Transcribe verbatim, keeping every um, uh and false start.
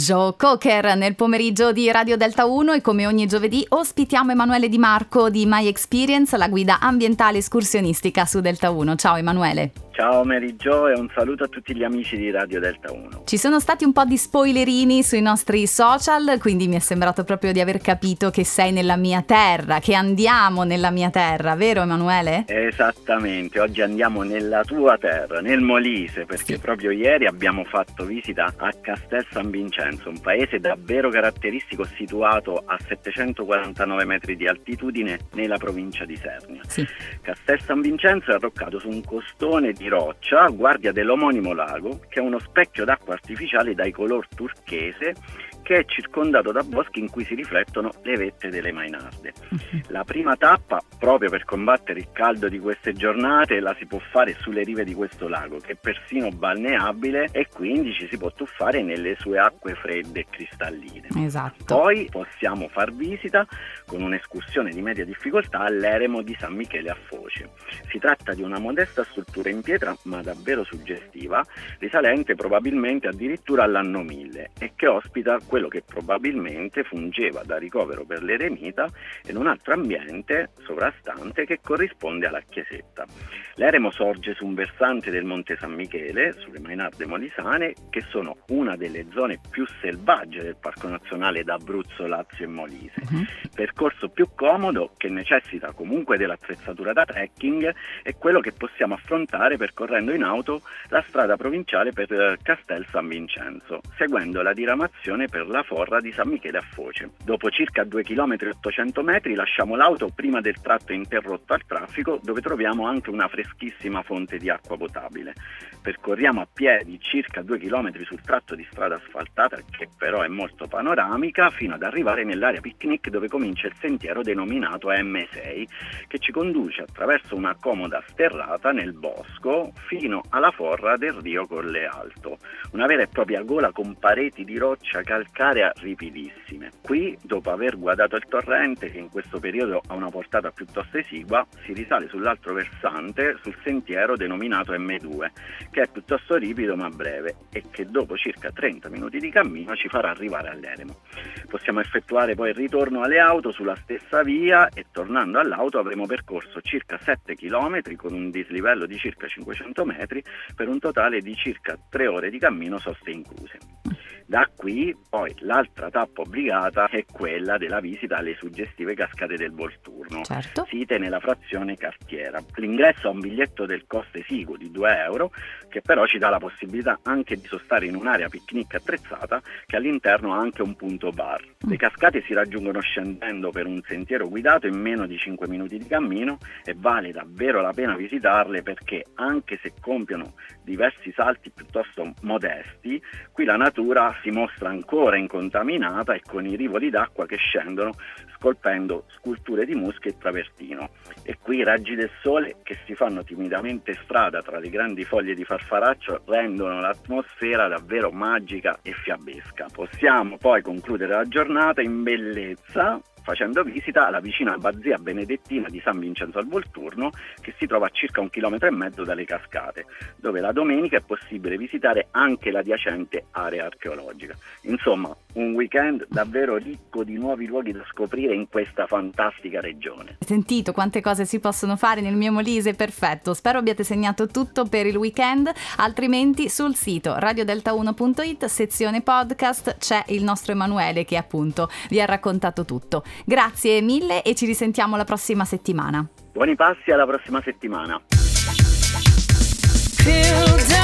Joe Cocker nel pomeriggio di Radio Delta uno, e come ogni giovedì ospitiamo Emanuele Di Marco di My Experience, la guida ambientale escursionistica su Delta uno. Ciao Emanuele. Ciao Mary Jo e un saluto a tutti gli amici di Radio Delta uno. Ci sono stati un po' di spoilerini sui nostri social, quindi mi è sembrato proprio di aver capito che sei nella mia terra, che andiamo nella mia terra, vero Emanuele? Esattamente, oggi andiamo nella tua terra, nel Molise, perché sì. proprio ieri abbiamo fatto visita a Castel San Vincenzo, un paese davvero caratteristico situato a settecentoquarantanove metri di altitudine nella provincia di Sernia. Sì. Castel San Vincenzo è arroccato su un costone di roccia a guardia dell'omonimo lago, che è uno specchio d'acqua artificiale dai color turchese, che è circondato da boschi in cui si riflettono le vette delle Mainarde. La prima tappa, proprio per combattere il caldo di queste giornate, la si può fare sulle rive di questo lago, che è persino balneabile, e quindi ci si può tuffare nelle sue acque fredde e cristalline. Esatto. Poi possiamo far visita con un'escursione di media difficoltà all'eremo di San Michele a Foce. Si tratta di una modesta struttura in pietra, ma davvero suggestiva, risalente probabilmente addirittura all'anno mille, e che ospita quello che probabilmente fungeva da ricovero per l'eremita in un altro ambiente sovrastante che corrisponde alla chiesetta. L'eremo sorge su un versante del Monte San Michele, sulle Mainarde Molisane, che sono una delle zone più selvagge del Parco Nazionale d'Abruzzo, Lazio e Molise. Uh-huh. Percorso più comodo, che necessita comunque dell'attrezzatura da trekking, è quello che possiamo affrontare percorrendo in auto la strada provinciale per Castel San Vincenzo, seguendo la diramazione per la forra di San Michele a Foce. Dopo circa due chilometri e ottocento metri lasciamo l'auto prima del tratto interrotto al traffico, dove troviamo anche una freschissima fonte di acqua potabile. Percorriamo a piedi circa due chilometri sul tratto di strada asfaltata, che però è molto panoramica, fino ad arrivare nell'area picnic, dove comincia il sentiero denominato emme sei, che ci conduce attraverso una comoda sterrata nel bosco fino alla forra del Rio Colle Alto, una vera e propria gola con pareti di roccia calcarea ripidissime. Qui, dopo aver guadato il torrente, che in questo periodo ha una portata piuttosto esigua, si risale sull'altro versante sul sentiero denominato emme due, che è piuttosto ripido ma breve, e che dopo circa trenta minuti di cammino ci farà arrivare all'eremo. Possiamo effettuare poi il ritorno alle auto sulla stessa via, e tornando all'auto avremo percorso circa sette chilometri con un dislivello di circa cinquecento metri, per un totale di circa tre ore di cammino, soste incluse. Da qui poi l'altra tappa obbligata è quella della visita alle suggestive cascate del Volturno, certo. site nella frazione Cartiera. L'ingresso ha un biglietto del costo esiguo di due euro, che però ci dà la possibilità anche di sostare in un'area picnic attrezzata, che all'interno ha anche un punto bar. Le cascate si raggiungono scendendo per un sentiero guidato in meno di cinque minuti di cammino, e vale davvero la pena visitarle, perché anche se compiono diversi salti piuttosto modesti, qui la natura si mostra ancora incontaminata, e con i rivoli d'acqua che scendono scolpendo sculture di musche e travertino. E qui i raggi del sole, che si fanno timidamente strada tra le grandi foglie di farfaraccio, rendono l'atmosfera davvero magica e fiabesca. Possiamo poi concludere la giornata in bellezza facendo visita alla vicina abbazia benedettina di San Vincenzo al Volturno, che si trova a circa un chilometro e mezzo dalle cascate, dove la domenica è possibile visitare anche l'adiacente area archeologica. Insomma, un weekend davvero ricco di nuovi luoghi da scoprire in questa fantastica regione. Hai sentito quante cose si possono fare nel mio Molise? Perfetto, spero abbiate segnato tutto per il weekend, altrimenti sul sito radio delta uno punto it, sezione podcast, c'è il nostro Emanuele che appunto vi ha raccontato tutto. Grazie mille e ci risentiamo la prossima settimana. Buoni passi, alla prossima settimana.